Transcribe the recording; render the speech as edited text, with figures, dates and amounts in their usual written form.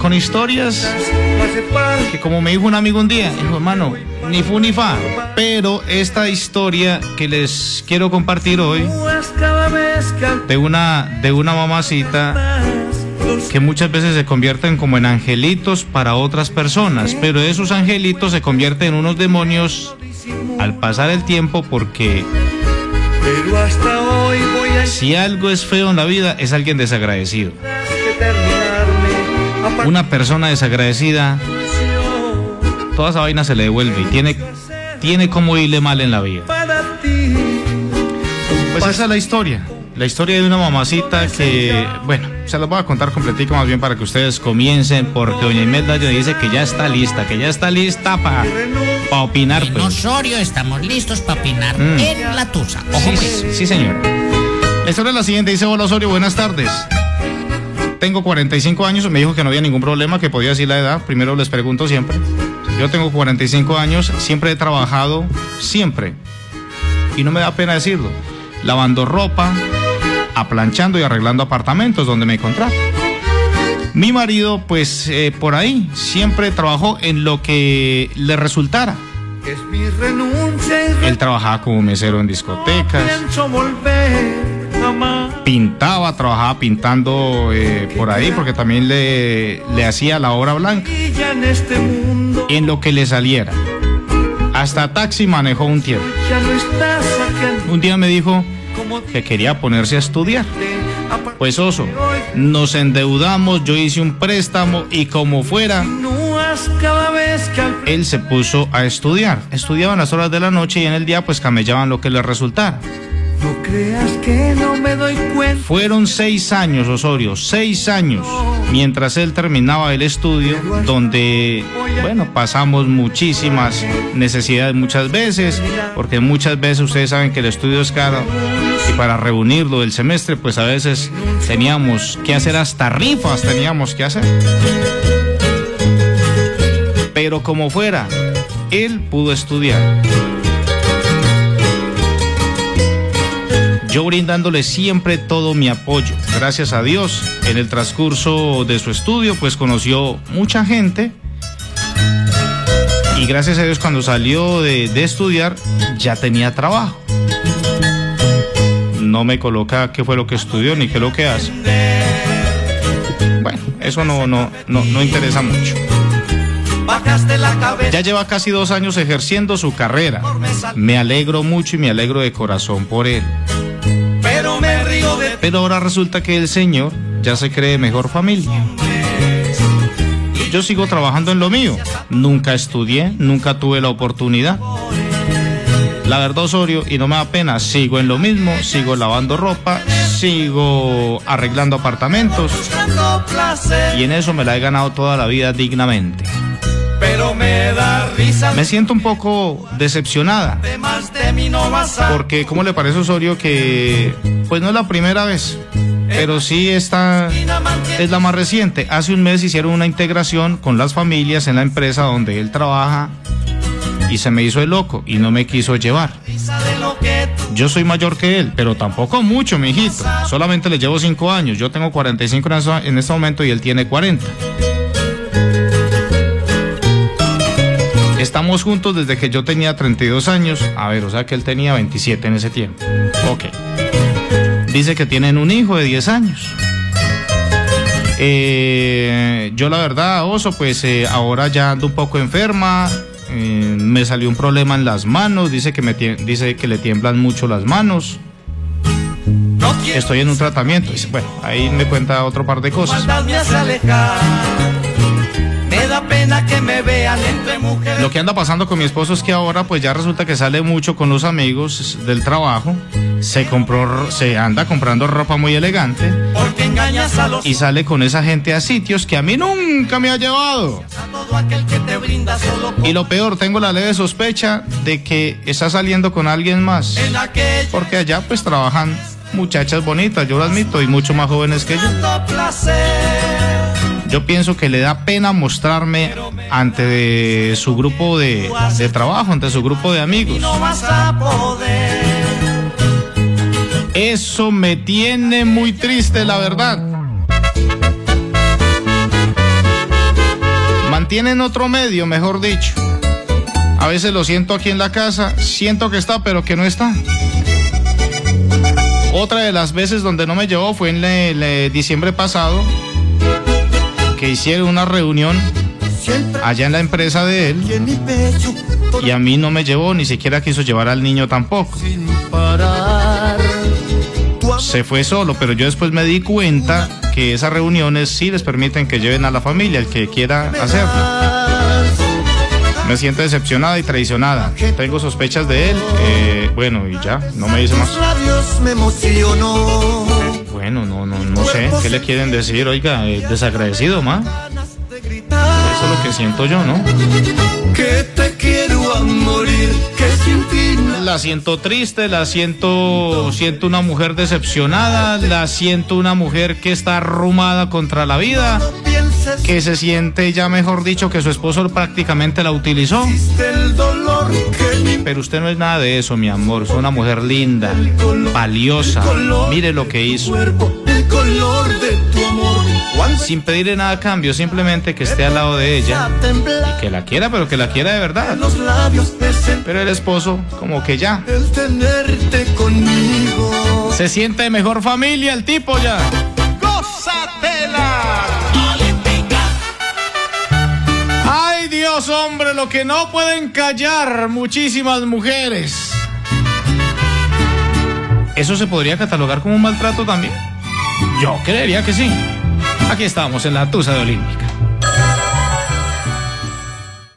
con historias que, como me dijo un amigo un día, dijo, hermano, ni fu ni fa. Pero esta historia que les quiero compartir hoy, de una mamacita que muchas veces se convierten como en angelitos para otras personas, pero esos angelitos se convierten en unos demonios al pasar el tiempo, porque si algo es feo en la vida es alguien desagradecido. Una persona desagradecida, toda esa vaina se le devuelve y tiene como irle mal en la vida. Pues esa es la historia de una mamacita que, bueno, se las voy a contar completica más bien para que ustedes comiencen, porque doña Imelda ya dice que ya está lista para opinar. En Osorio estamos listos para opinar en la tusa. Ojo, sí, pues. Sí, señor. La historia es la siguiente, dice: hola Osorio, buenas tardes. Tengo 45 años, me dijo que no había ningún problema, que podía decir la edad. Primero les pregunto siempre. Yo tengo 45 años, siempre he trabajado, siempre. Y no me da pena decirlo. Lavando ropa, aplanchando y arreglando apartamentos donde me contratan. Mi marido, pues, por ahí, siempre trabajó en lo que le resultara. Él trabajaba como mesero en discotecas, trabajaba pintando por ahí, porque también le hacía la obra blanca, en lo que le saliera. Hasta taxi manejó un tiempo. Un día me dijo que quería ponerse a estudiar. Pues oso, nos endeudamos, yo hice un préstamo y como fuera, él se puso a estudiar. Estudiaban las horas de la noche y en el día pues camellaban lo que le resultara. No creas que no me doy cuenta. Fueron 6 años, Osorio, 6 años, mientras él terminaba el estudio, donde, bueno, pasamos muchísimas necesidades muchas veces, porque muchas veces ustedes saben que el estudio es caro, y para reunirlo del semestre, pues a veces teníamos que hacer hasta rifas, teníamos que hacer. Pero como fuera, él pudo estudiar. Yo brindándole siempre todo mi apoyo. Gracias a Dios, en el transcurso de su estudio, pues conoció mucha gente. Y gracias a Dios, cuando salió de estudiar, ya tenía trabajo. No me coloca qué fue lo que estudió ni qué es lo que hace. Bueno, eso no interesa mucho. Ya lleva casi 2 años ejerciendo su carrera. Me alegro mucho y me alegro de corazón por él. Pero ahora resulta que el señor ya se cree mejor familia. Yo sigo trabajando en lo mío. Nunca estudié, nunca tuve la oportunidad. La verdad, Osorio, y no me da pena, sigo en lo mismo, sigo lavando ropa, sigo arreglando apartamentos. Y en eso me la he ganado toda la vida dignamente. Pero me da risa. Me siento un poco decepcionada. Porque, ¿cómo le parece, Osorio, que pues no es la primera vez, pero sí esta es la más reciente? Hace un mes hicieron una integración con las familias en la empresa donde él trabaja y se me hizo el loco y no me quiso llevar. Yo soy mayor que él, pero tampoco mucho, mijito. Solamente le llevo 5 años. Yo tengo 45 en este momento y él tiene 40. Estamos juntos desde que yo tenía 32 años. A ver, o sea que él tenía 27 en ese tiempo. Ok. Dice que tienen un hijo de 10 años. Yo la verdad, Oso, pues ahora ya ando un poco enferma. Me salió un problema en las manos. Dice que le tiemblan mucho las manos. Estoy en un tratamiento. Dice, bueno, ahí me cuenta otro par de cosas. Me da pena que me vean entre mujeres. Lo que anda pasando con mi esposo es que ahora pues ya resulta que sale mucho con los amigos del trabajo. Se anda comprando ropa muy elegante. Porque engañas a los... Y sale con esa gente a sitios que a mí nunca me ha llevado. Y lo peor, tengo la leve sospecha de que está saliendo con alguien más. Porque allá pues trabajan muchachas bonitas, yo lo admito, y mucho más jóvenes que yo. Yo pienso que le da pena mostrarme ante su grupo de trabajo, ante su grupo de amigos. Eso me tiene muy triste, la verdad. tiene en otro medio, mejor dicho. A veces lo siento aquí en la casa, siento que está, pero que no está. Otra de las veces donde no me llevó fue en diciembre pasado, que hicieron una reunión allá en la empresa de él y a mí no me llevó, ni siquiera quiso llevar al niño tampoco. Se fue solo, pero yo después me di cuenta que esas reuniones sí les permiten que lleven a la familia, el que quiera hacerlo. Me siento decepcionada y traicionada. Tengo sospechas de él. Bueno, y ya, no me dice más. Bueno, no sé. ¿Qué le quieren decir? Oiga, desagradecido, ma. Eso es lo que siento yo, ¿no? Que te quiero a morir, que sin ti la siento triste, siento una mujer decepcionada, la siento una mujer que está arrumada contra la vida, que se siente ya, mejor dicho, que su esposo prácticamente la utilizó. Pero usted no es nada de eso, mi amor, es una mujer linda, valiosa, mire lo que hizo. Sin pedirle nada a cambio, simplemente que esté al lado de ella y que la quiera, pero que la quiera de verdad. Pero el esposo, como que ya se siente de mejor familia el tipo ya. ¡Gózatela! ¡Ay, Dios, hombre! Lo que no pueden callar muchísimas mujeres. ¿Eso se podría catalogar como un maltrato también? Yo creería que sí. Aquí estamos en la Tusa de Olímpica.